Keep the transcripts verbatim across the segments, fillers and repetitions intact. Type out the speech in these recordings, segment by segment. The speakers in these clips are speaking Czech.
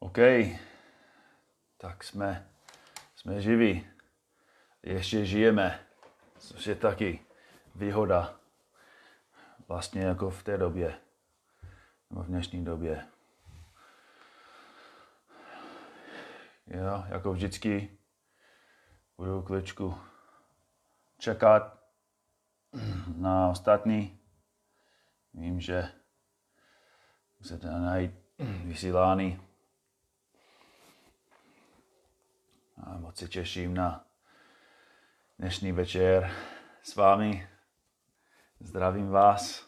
OK, tak jsme, jsme živí. Ještě žijeme, což je taky výhoda. Vlastně jako v té době, nebo v dnešní době. Jo, jako vždycky budu chviličku čekat na ostatní. Vím, že musíte najít vysílání. A moc se těším na dnešní večer s vámi. Zdravím vás.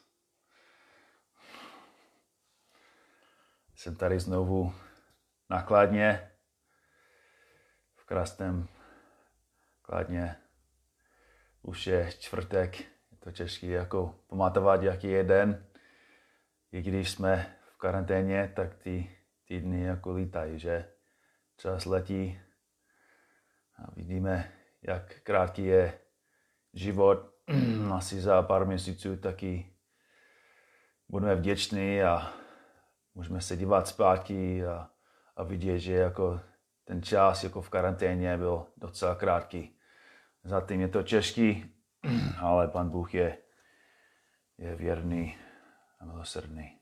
Jsem tady znovu na Kladně. V krásném Kladně. Už je čtvrtek. Je to těžké jako pamatovat, jaký je den. I když jsme v karanténě, tak ty týdny jako lítají, že? Čas letí. A vidíme, jak krátký je život. Asi za pár měsíců taky budeme vděční a můžeme se dívat zpátky a, a vidět, že jako ten čas jako v karanténě byl docela krátký. Zatím je to těžký, ale Pan Bůh je, je věrný a milosrdný.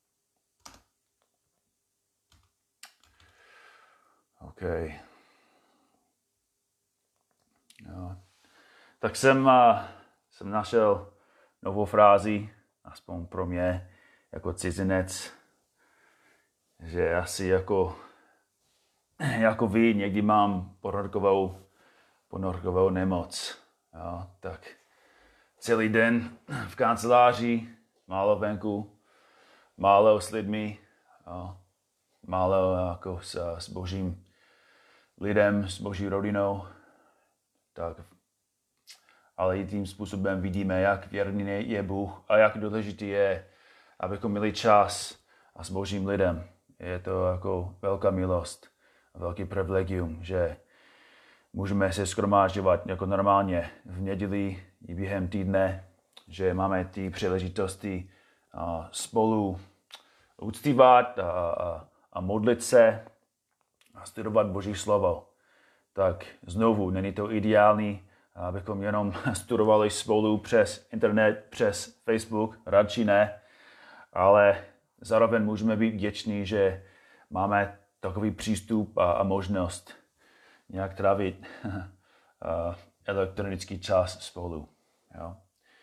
OK. Jo. Tak jsem, uh, jsem našel novou frázi, aspoň pro mě, jako cizinec, že asi jako, jako vy někdy mám ponorkovou, ponorkovou nemoc. Jo. Tak celý den v kanceláři, málo venku, málo s lidmi, jo. Málo jako s, s božím lidem, s boží rodinou. Tak, ale i tím způsobem vidíme, jak věrný je Bůh a jak důležitý je, abychom měli čas a s božím lidem. Je to jako velká milost, velký privilegium, že můžeme se shromážďovat jako normálně v neděli i během týdne, že máme ty příležitosti spolu uctívat a, a, a modlit se a studovat Boží slovo. Tak znovu, není to ideální, abychom jenom studovali spolu přes internet, přes Facebook, radši ne, ale zároveň můžeme být vděční, že máme takový přístup a, a možnost nějak trávit elektronický čas spolu. Jo.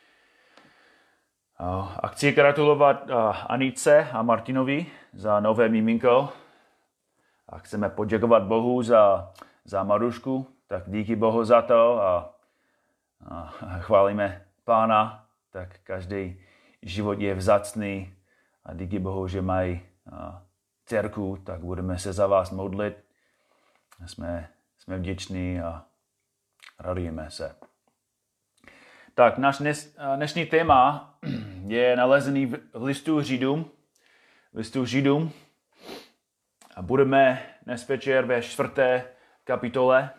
A chci gratulovat Anice a Martinovi za nové miminko a chceme poděkovat Bohu za za Marušku, tak díky Bohu za to a, a chválíme Pána, tak každý život je vzácný a díky Bohu, že mají dcerku, tak budeme se za vás modlit. Jsme, jsme vděční a radujeme se. Tak náš dnes, dnešní téma je nalezený v listu Židům, listu Židům a budeme dnes večer ve čtvrté kapitole,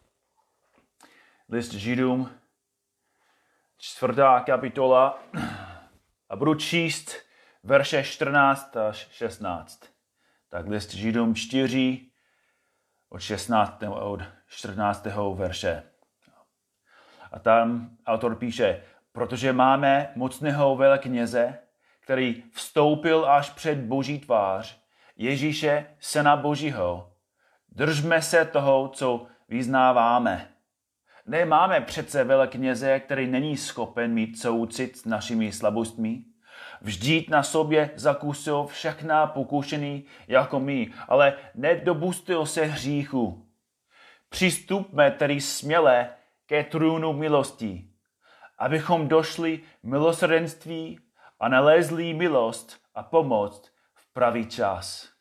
list Židům, čtvrtá kapitola a budu číst verše čtrnáct až šestnáct. Tak list Židům čtyři od šestnáctého od čtrnáctého verše. A tam autor píše, protože máme mocného velekněze, který vstoupil až před Boží tvář, Ježíše, Syna Božího, držme se toho, co vyznáváme. Nemáme přece velekněze, který není schopen mít soucit s našimi slabostmi. Vždyť na sobě zakusil všechna pokušení jako my, ale nedopustil se hříchu. Přistupme tedy směle ke trůnu milosti, abychom došli milosrdenství a nalezli milost a pomoc v pravý čas.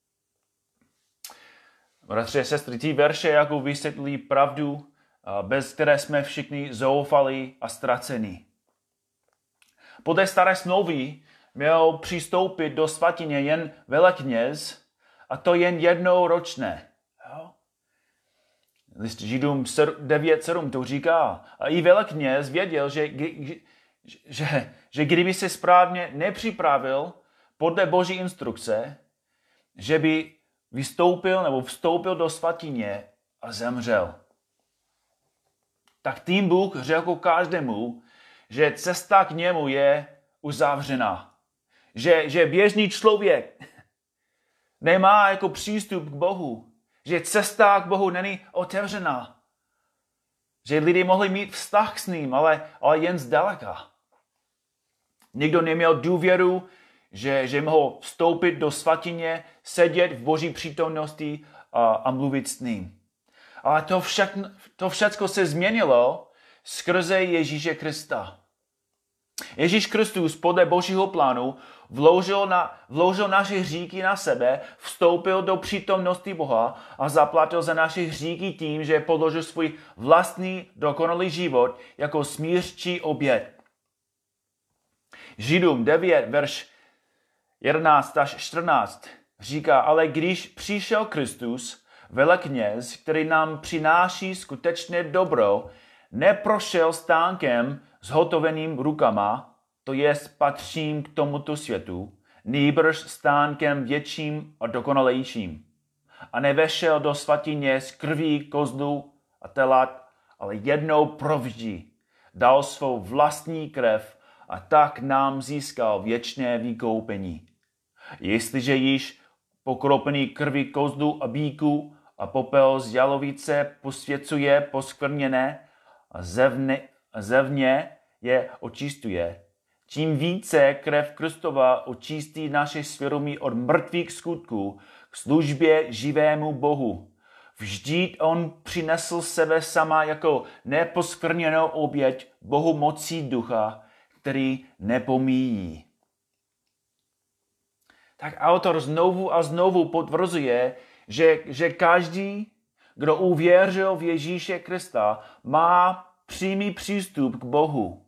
Bratři a sestry, ty verše jako vysvětlí pravdu, bez které jsme všichni zoufali a ztraceni. Podle staré smlouvy měl přistoupit do svatyně jen velekněz a to jen jednou ročně. Jo? List Židům devět sedm to říká. A i velekněz věděl, že, že, že kdyby se správně nepřipravil podle Boží instrukce, že by vystoupil nebo vstoupil do svatyně a zemřel. Tak tím Bůh řekl každému, že cesta k němu je uzavřená. Že, že běžný člověk nemá jako přístup k Bohu. Že cesta k Bohu není otevřená. Že lidé mohli mít vztah s ním, ale, ale jen zdaleka. Nikdo neměl důvěru, že, že mohl vstoupit do svatyně, sedět v Boží přítomnosti a, a mluvit s ním. Ale to, všechno, to všechno se změnilo skrze Ježíše Krista. Ježíš Kristus podle Božího plánu vložil, na, vložil naše hříchy na sebe, vstoupil do přítomnosti Boha a zaplatil za naše hříchy tím, že položil svůj vlastní dokonalý život jako smírčí oběd. Židům devět, verš jedenáct až čtrnáct říká, ale když přišel Kristus, velekněz, který nám přináší skutečné dobro, neprošel stánkem zhotoveným rukama, to jest patřím k tomuto světu, nýbrž stánkem větším a dokonalejším. A nevešel do svatyně z krví kozlu a telat, ale jednou provždy dal svou vlastní krev a tak nám získal věčné vykoupení. Jestliže již pokropený krví kozlu a býku a popel z jalovice posvěcuje poskvrněné a zevně, zevně je očistuje, tím více krev Kristova očistí naše svědomí od mrtvých skutků k službě živému Bohu. Vždyť on přinesl sebe sama jako neposkvrněnou oběť Bohu mocí ducha, který nepomíjí. Tak autor znovu a znovu potvrzuje, že, že každý, kdo uvěřil v Ježíše Krista, má přímý přístup k Bohu.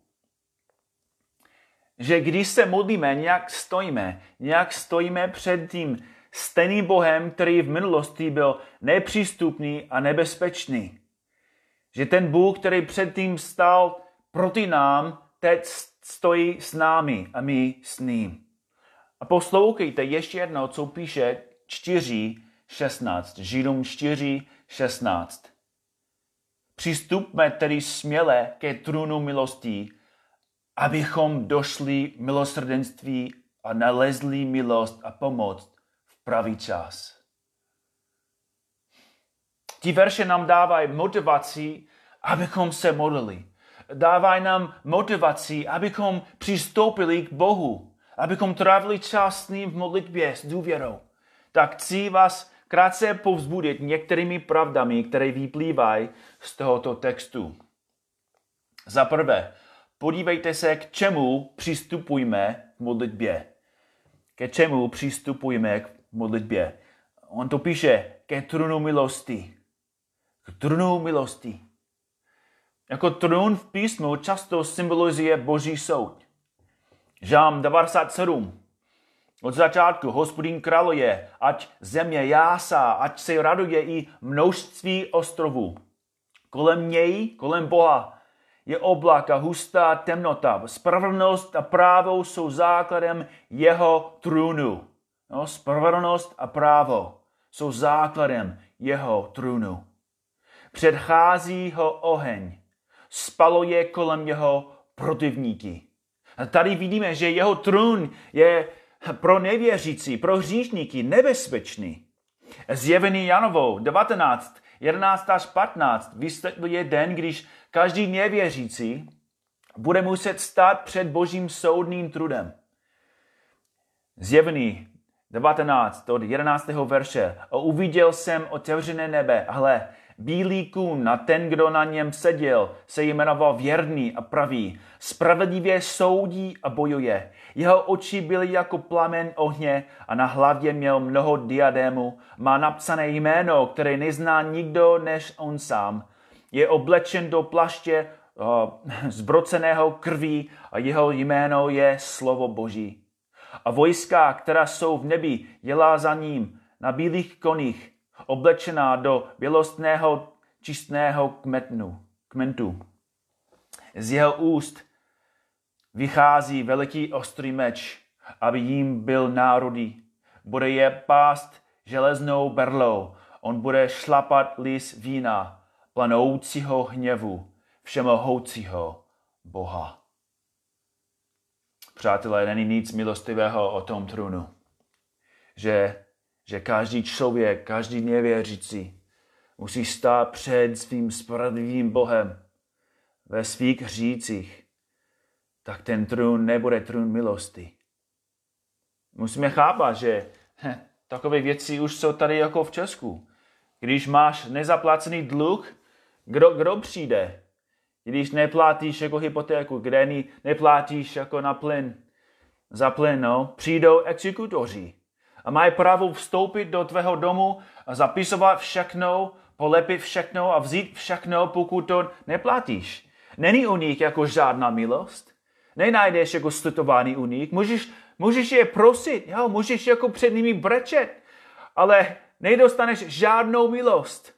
Že když se modlíme, nějak stojíme, nějak stojíme před tím stejným Bohem, který v minulosti byl nepřístupný a nebezpečný. Že ten Bůh, který předtím stál proti nám, teď stojí s námi a my s ním. A poslouchejte ještě jednou, co píše čtyři šestnáct. Židům čtyři šestnáct. Přistupme tedy směle ke trůnu milosti, abychom došli milosrdenství a nalezli milost a pomoc v pravý čas. Ti verše nám dávají motivaci, abychom se modlili. Dávají nám motivaci, abychom přistoupili k Bohu, abychom trávili čas s ním v modlitbě s důvěrou. Tak chci vás krátce povzbudit některými pravdami, které vyplývají z tohoto textu. Za prvé, podívejte se, k čemu přistupujeme k modlitbě. Ke čemu přistupujeme k modlitbě. On to píše, ke trůnu milosti. K trůnu milosti. Jako trůn v písmu často symbolizuje Boží soud. Žálm devadesát sedm. Od začátku Hospodin králuje, ať země jásá, ať se raduje i množství ostrovů. Kolem něj, kolem Boha, je oblak a hustá temnota. Spravedlnost a právo jsou základem jeho trůnu. No, spravedlnost a právo jsou základem jeho trůnu. Předchází ho oheň. Spaluje kolem jeho protivníky. A tady vidíme, že jeho trůn je pro nevěřící, pro hříšníky nebezpečný. Zjevení Janovou devatenáct, jedenáct až patnáct vysvětluje den, když každý nevěřící bude muset stát před Božím soudným trudem. Zjevení devatenáct od jedenáctého verše. A uviděl jsem otevřené nebe, hle, bílý kůň a ten, kdo na něm seděl, se jmenoval věrný a pravý. Spravedlivě soudí a bojuje. Jeho oči byly jako plamen ohně a na hlavě měl mnoho diadémů. Má napsané jméno, které nezná nikdo než on sám. Je oblečen do plaště uh, zbroceného krví a jeho jméno je slovo Boží. A vojska, která jsou v nebi, jela za ním na bílých koních, oblečená do bělostného čistého kmetnu, kmentu. Z jeho úst vychází veliký ostrý meč, aby jim byl národy. Bude je pást železnou berlou. On bude šlapat lis vína, planoucího hněvu, všemohoucího Boha. Přátelé, není nic milostivého o tom trůnu. Že, že každý člověk, každý nevěřící musí stát před svým spravedlivým Bohem ve svých hřících, tak ten trůn nebude trůn milosti. Musíme chápat, že he, takové věci už jsou tady jako v Česku. Když máš nezaplacený dluh, kdo, kdo přijde? Když neplatíš jako hypotéku, kde ne, neplatíš jako na plyn, za plyn, no, přijdou exekutoři a mají právo vstoupit do tvého domu a zapisovat všechno, polepit všechno a vzít všechno, pokud to neplatíš. Není u nich jako žádná milost. Nenajdeš jako slutování u nich. Můžeš, můžeš je prosit, jo? Můžeš jako před nimi brečet, ale nedostaneš žádnou milost.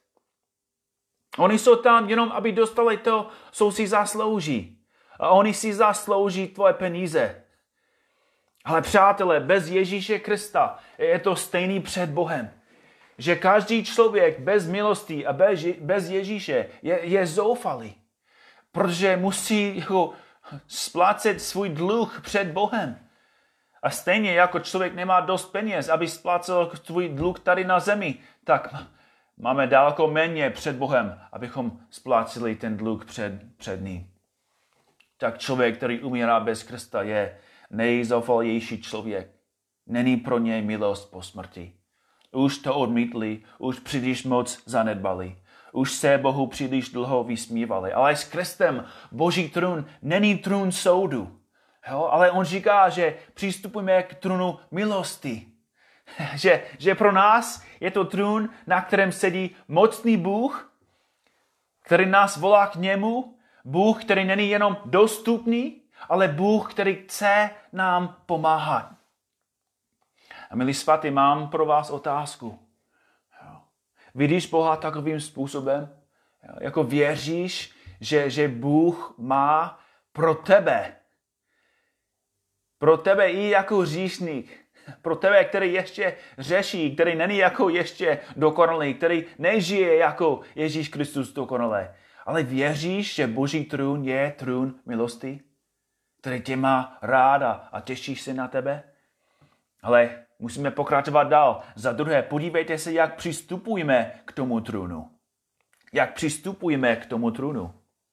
Oni jsou tam jenom, aby dostali to, co si zaslouží. A oni si zaslouží tvoje peníze. Ale přátelé, bez Ježíše Krista je to stejný před Bohem. Že každý člověk bez milosti a bez, bez Ježíše je, je zoufalý. Protože musí jako splácet svůj dluh před Bohem. A stejně jako člověk nemá dost peněz, aby splácel svůj dluh tady na zemi, tak máme daleko méně před Bohem, abychom spláceli ten dluh před, před ním. Tak člověk, který umírá bez Krista, je nejzoufalější člověk. Není pro něj milost po smrti. Už to odmítli, už příliš moc zanedbali. Už se Bohu příliš dlouho vysmívali. Ale s Kristem Boží trůn není trůn soudu. Jo? Ale on říká, že přistupujeme k trůnu milosti. že, že pro nás je to trůn, na kterém sedí mocný Bůh, který nás volá k němu. Bůh, který není jenom dostupný, ale Bůh, který chce nám pomáhat. A milí svatý, mám pro vás otázku. Vidíš Boha takovým způsobem? Jako věříš, že, že Bůh má pro tebe, pro tebe i jako hříšník, pro tebe, který ještě řeší, který není jako ještě dokonalý, který nežije jako Ježíš Kristus dokonale. Ale věříš, že Boží trůn je trůn milosti, který tě má ráda a těšíš se na tebe? Ale musíme pokračovat dál. Za druhé, podívejte se, jak přistupujeme k tomu trůnu. Jak přistupujeme k tomu trůnu.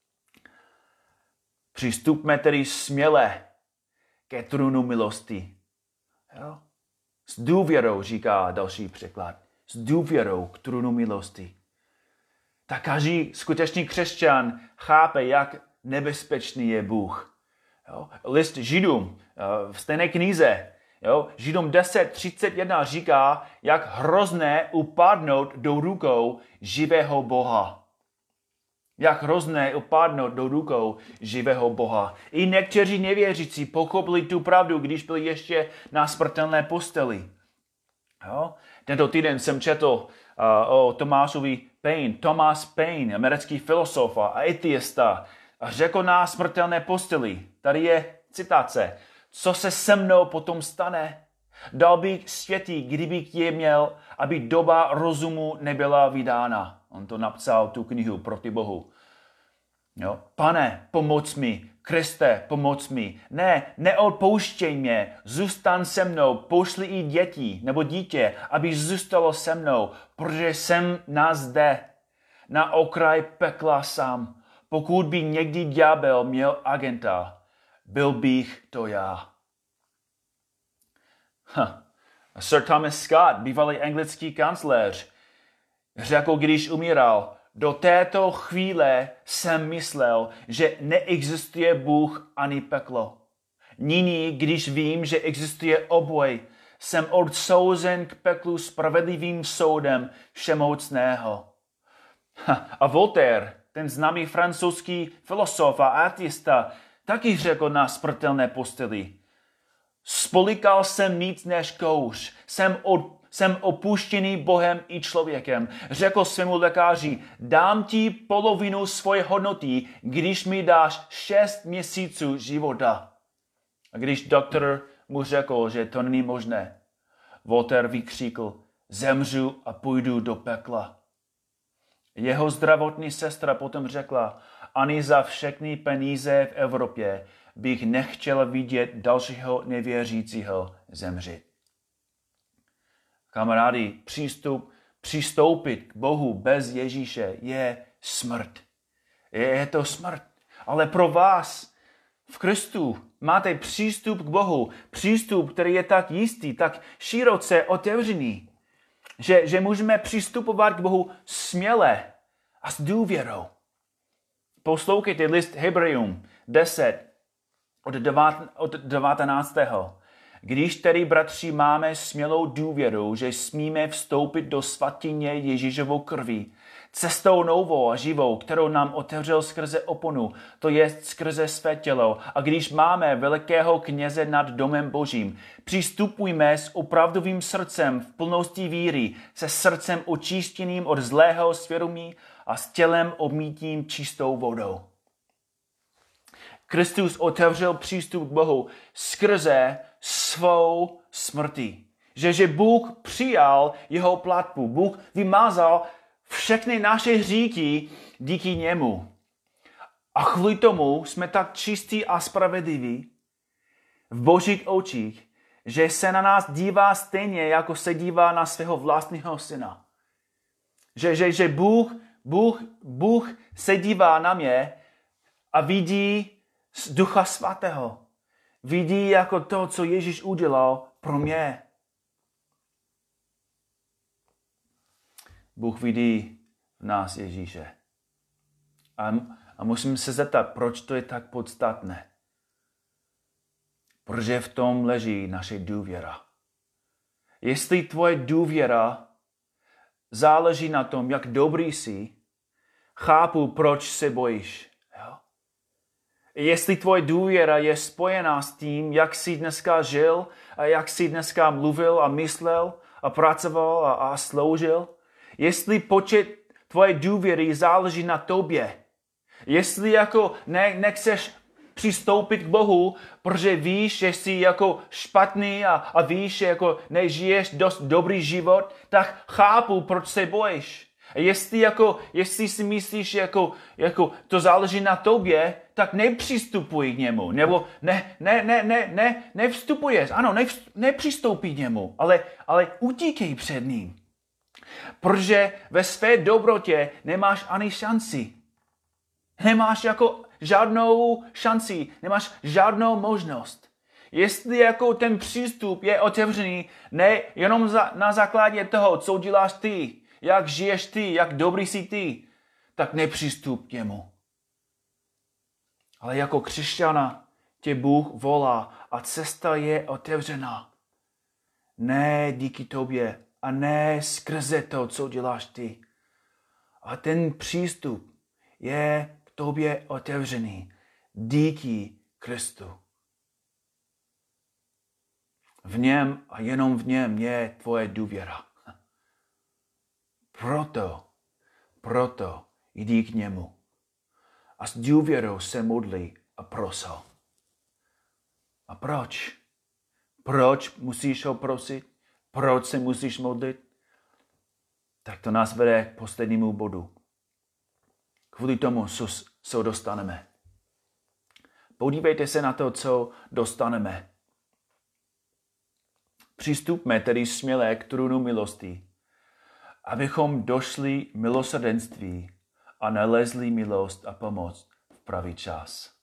Přistupme tedy směle ke trůnu milosti. Jo? S důvěrou, říká další překlad. S důvěrou k trůnu milosti. Tak každý skutečný křesťan chápe, jak nebezpečný je Bůh. Jo? List Židům v stejné knize, jo? Židům deset třicet jedna říká, jak hrozné upadnout do rukou živého Boha. Jak hrozné upadnout do rukou živého Boha. I někteří nevěřící pochopili tu pravdu, když byli ještě na smrtelné posteli. Jo? Tento týden jsem četl uh, o Tomášovi Paine. Thomas Paine, americký filosof a ateista, řekl na smrtelné posteli. Tady je citace. Co se se mnou potom stane? Dal bych světí, kdybych je měl, aby doba rozumu nebyla vydána. On to napsal, tu knihu, Proti Bohu. Jo? Pane, pomoc mi. Kriste, pomoc mi. Ne, neodpouštěj mě. Zůstan se mnou. Pošli i děti nebo dítě, aby zůstalo se mnou, protože jsem na zde, na okraj pekla sám. Pokud by někdy ďábel měl agenta, byl bych to já. Huh. Sir Thomas Scott, bývalý anglický kancléř, řekl, když umíral, do této chvíle jsem myslel, že neexistuje Bůh ani peklo. Nyní, když vím, že existuje oboj, jsem odsouzen k peklu spravedlivým soudem všemocného. A Voltaire, ten známý francouzský filosof a ateista, taky řekl na smrtelné posteli. Spolikal jsem víc než kouř. Jsem, od, jsem opuštěný Bohem i člověkem. Řekl svému lékaři, dám ti polovinu svoje hodnoty, když mi dáš šest měsíců života. A když doktor mu řekl, že to není možné, Voltaire vykřikl, zemřu a půjdu do pekla. Jeho zdravotní sestra potom řekla, ani za všechny peníze v Evropě bych nechtěla vidět dalšího nevěřícího zemřít. Kamarádi, přístup, přistoupit k Bohu bez Ježíše je smrt. Je, je to smrt. Ale pro vás v Kristu máte přístup k Bohu. Přístup, který je tak jistý, tak široce otevřený, že, že můžeme přistupovat k Bohu směle a s důvěrou. Poslouchejte list Hebrejům deset od devatenáctého Když tedy, bratři, máme smělou důvěru, že smíme vstoupit do svatyně Ježíšovou krví, cestou novou a živou, kterou nám otevřel skrze oponu, to je skrze své tělo. A když máme velikého kněze nad domem Božím, přistupujme s opravdovým srdcem v plnosti víry, se srdcem očištěným od zlého svědomí a s tělem obmýtím čistou vodou. Kristus otevřel přístup k Bohu skrze svou smrti. Že, že Bůh přijal jeho platbu. Bůh vymazal všechny naše hříchy díky němu. A kvůli tomu jsme tak čistí a spravedliví v Božích očích, že se na nás dívá stejně, jako se dívá na svého vlastního syna. Že, že, že Bůh, Bůh, Bůh se dívá na mě a vidí z Ducha Svatého. Vidí jako to, co Ježíš udělal pro mě. Bůh vidí v nás Ježíše. A, a musím se zeptat, proč to je tak podstatné. Protože v tom leží naše důvěra. Jestli tvoje důvěra záleží na tom, jak dobrý jsi, chápu, proč se bojíš. Jo? Jestli tvoje důvěra je spojená s tím, jak jsi dneska žil a jak jsi dneska mluvil a myslel a pracoval a, a sloužil, jestli počet tvoje důvěry záleží na tobě, jestli jako ne, nechceš přistoupit k Bohu, protože víš, že jsi jako špatný a, a víš, že jako nežiješ dost dobrý život, tak chápu, proč se bojíš. A jestli, jako, jestli si myslíš, že jako, jako to záleží na tobě, tak nepřistupuj k němu. Nebo ne, ne, ne, ne, ne, nevstupuješ. Ano, ne, nepřistoupí k němu, ale, ale utíkej před ním. Protože ve své dobrotě nemáš ani šanci. Nemáš jako žádnou šanci, nemáš žádnou možnost. Jestli jako ten přístup je otevřený, ne jenom za, na základě toho, co děláš ty, jak žiješ ty, jak dobrý jsi ty, tak nepřistup k němu. Ale jako křesťana tě Bůh volá a cesta je otevřená. Ne díky tobě a ne skrze to, co děláš ty. A ten přístup je k tobě otevřený díky Kristu. V něm a jenom v něm je tvoje důvěra. Proto, proto jdi k němu. A s důvěrou se modlí a prosol. A proč? Proč musíš ho prosit? Proč se musíš modlit? Tak to nás vede k poslednímu bodu. Kvůli tomu, co, co dostaneme. Podívejte se na to, co dostaneme. Přistupme tedy směle k trůnu milosti, abychom došli milosrdenství a nalezli milost a pomoc v pravý čas.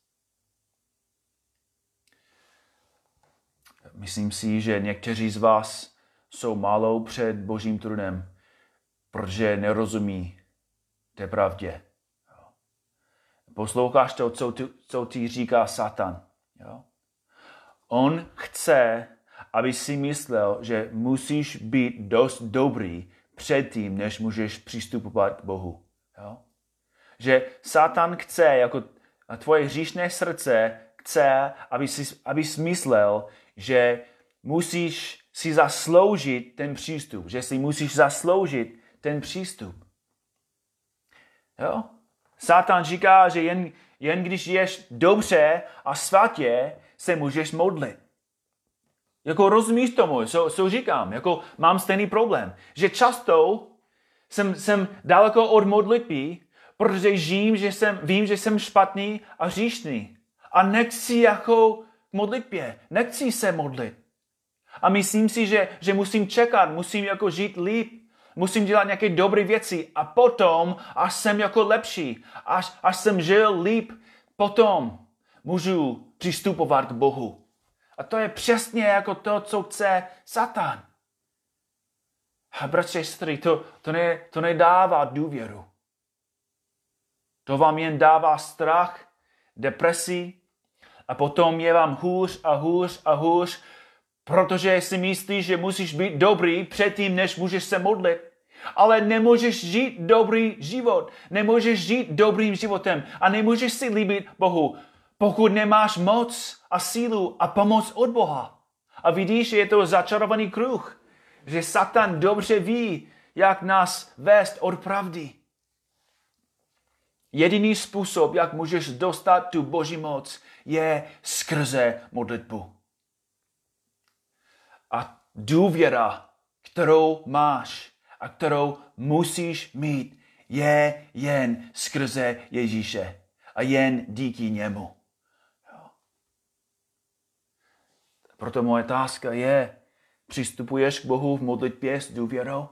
Myslím si, že někteří z vás jsou málo před Božím trůnem, protože nerozumí té pravdě. Posloucháš to, co ti, co ti říká Satan. Jo? On chce, aby si myslel, že musíš být dost dobrý předtím, než můžeš přistupovat k Bohu. Jo? Že Satan chce, jako tvoje hříšné srdce chce, aby si, aby si myslel, že musíš si zasloužit ten přístup, že si musíš zasloužit ten přístup. Jo? Satan říká, že jen, jen když ješ dobře a svatě, se můžeš modlit. Jako rozumíš tomu, co, co říkám, jako mám stejný problém. Že často jsem, jsem daleko od modlitby, protože žím, že jsem, vím, že jsem špatný a hříšný. A nechci jako k modlitbě, nechci se modlit. A myslím si, že, že musím čekat, musím jako žít líp, musím dělat nějaké dobré věci a potom, až jsem jako lepší, až, až jsem žil líp, potom můžu přistupovat k Bohu. A to je přesně jako to, co chce Satan. A bratři, sestry, to, to, ne, to nedává důvěru. To vám jen dává strach, depresi a potom je vám hůř a hůř a hůř, protože si myslíš, že musíš být dobrý předtím, než můžeš se modlit. Ale nemůžeš žít dobrý život. Nemůžeš žít dobrým životem a nemůžeš si líbit Bohu, pokud nemáš moc a sílu a pomoc od Boha. A vidíš, že je to začarovaný kruh, že Satan dobře ví, jak nás vést od pravdy. Jediný způsob, jak můžeš dostat tu Boží moc, je skrze modlitbu. A důvěra, kterou máš a kterou musíš mít, je jen skrze Ježíše a jen díky němu. Proto moje otázka je, přistupuješ k Bohu v modlitbě s důvěrou?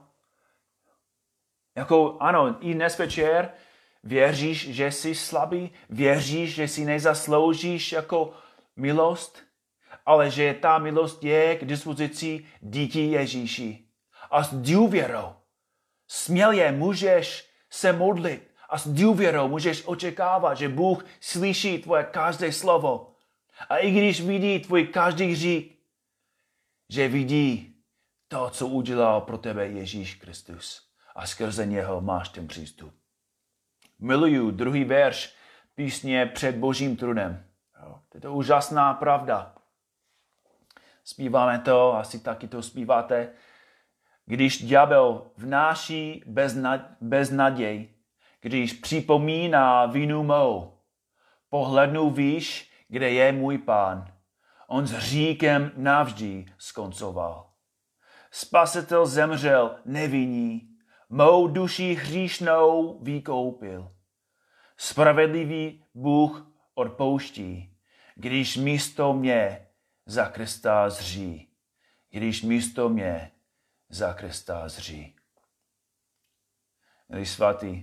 Jako ano, i dnes večer věříš, že jsi slabý, věříš, že si nezasloužíš jako milost, ale že ta milost je k dispozici díky Ježíši. A s důvěrou směle můžeš se modlit a s důvěrou můžeš očekávat, že Bůh slyší tvoje každé slovo. A i když vidí tvůj každý hřích, že vidí to, co udělal pro tebe Ježíš Kristus. A skrze něho máš ten přístup. Miluju druhý verš písně Před Božím trůnem. To je to úžasná pravda. Zpíváme to, asi taky to zpíváte. Když ďábel vnáší beznaděj, když připomíná vinu mou, pohlednu výš, kde je můj Pán. On s hříchem navždy skoncoval. Spasitel zemřel nevinný, mou duši hříšnou vykoupil. Spravedlivý Bůh odpouští, když místo mě za Krista zří. Když místo mě za Krista zří. Milí svatý,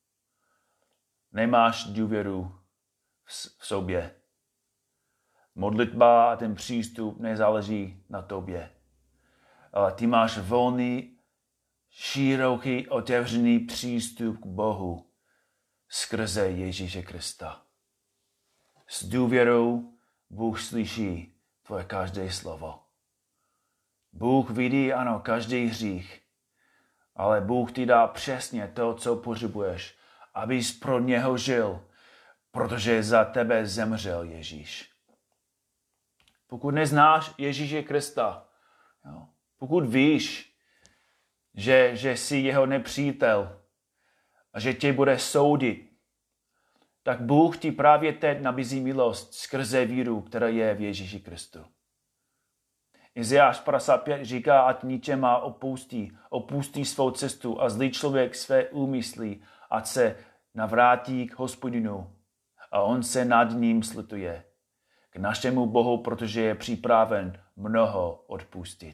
nemáš důvěru v sobě. Modlitba a ten přístup nezáleží na tobě. Ale ty máš volný, široký, otevřený přístup k Bohu skrze Ježíše Krista. S důvěrou Bůh slyší tvoje každé slovo. Bůh vidí, ano, každý hřích, ale Bůh ti dá přesně to, co potřebuješ, abys pro něho žil, protože za tebe zemřel Ježíš. Pokud neznáš Ježíše Krista, jo, pokud víš, že, že jsi jeho nepřítel a že tě bude soudit, tak Bůh ti právě teď nabízí milost skrze víru, která je v Ježíši Kristu. Izajáš padesát pět říká, ať ničema opustí, opustí svou cestu a zlý člověk své úmysly, ať se navrátí k Hospodinu a on se nad ním slituje. K našemu Bohu, protože je připraven mnoho odpustit.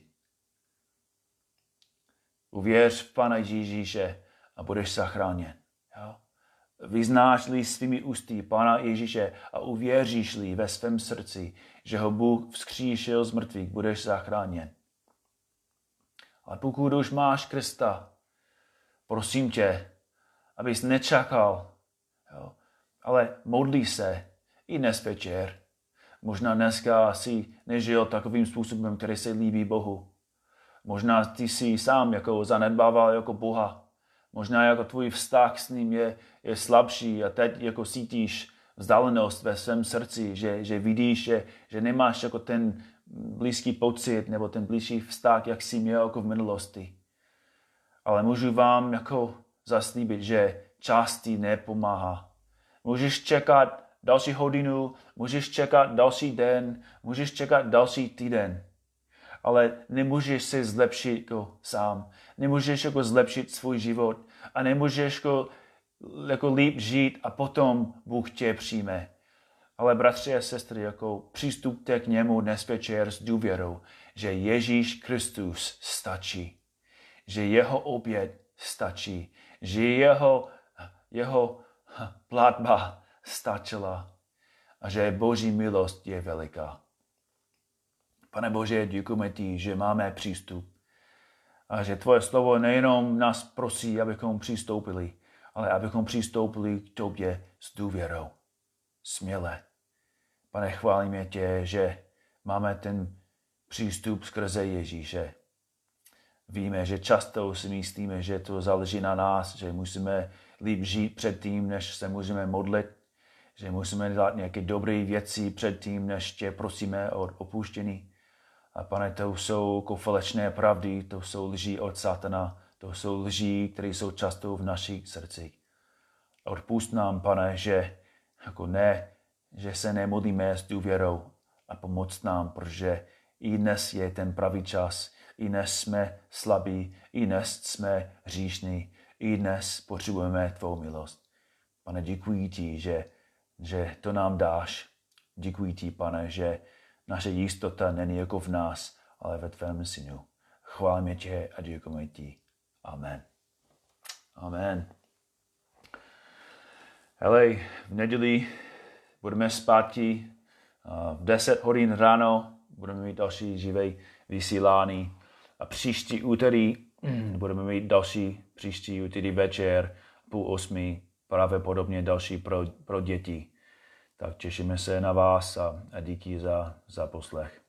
Uvěř v Pana Ježíše a budeš zachráněn. Jo? Vyznáš-li svými ústy Pana Ježíše a uvěříš-li ve svém srdci, že ho Bůh vzkříšil z mrtvých, budeš zachráněn. Ale pokud už máš Krista, prosím tě, abys nečakal, jo? Ale modlí se i dnes večer. Možná dneska si nežil takovým způsobem, který se líbí Bohu. Možná ty si sám jako zanedbával jako Boha. Možná jako tvůj vztah s ním je, je slabší a teď jako cítíš vzdálenost ve svém srdci, že, že vidíš, že, že nemáš jako ten blízký pocit nebo ten blížší vztah, jak jsi měl jako v minulosti. Ale můžu vám jako zaslíbit, že čas ti nepomáhá. Můžeš čekat další hodinu, můžeš čekat další den, můžeš čekat další týden. ale nemůžeš se zlepšit jako sám. Nemůžeš jako zlepšit svůj život a nemůžeš jako, jako líp žít a potom Bůh tě přijme. Ale bratři a sestry, jako přistupte k němu dnes večer s důvěrou, že Ježíš Kristus stačí. Že jeho oběť stačí. Že jeho, jeho platba stačila. A že Boží milost je veliká. Pane Bože, děkujeme ti, že máme přístup. A že tvoje slovo nejenom nás prosí, abychom přistoupili, ale abychom přistoupili k tobě s důvěrou. Směle. Pane, chválíme tě, že máme ten přístup skrze Ježíše. Víme, že často si myslíme, že to záleží na nás, že musíme líp žít předtím, než se můžeme modlit, že musíme dělat nějaké dobré věci předtím, než tě prosíme o opuštění. A pane, to jsou jako falešné pravdy, to jsou lži od satana, to jsou lži, které jsou často v našich srdcích. Odpust nám, pane, že jako ne, že se nemodlíme s důvěrou a pomoct nám, protože i dnes je ten pravý čas, i dnes jsme slabí, i dnes jsme hříšní, i dnes potřebujeme tvou milost. Pane, děkuji ti, že, že to nám dáš. Děkuji ti, pane, že naše jistota není jako v nás, ale ve tvém synu. Chválíme tě a děkujeme ti. Amen. Amen. Hele, v neděli budeme zpátky v deset hodin ráno, budeme mít další živé vysílání a příští úterý budeme mít další příští úterý večer půl osmi, pravděpodobně další pro, pro děti. Tak těšíme se na vás a, a díky za, za poslech.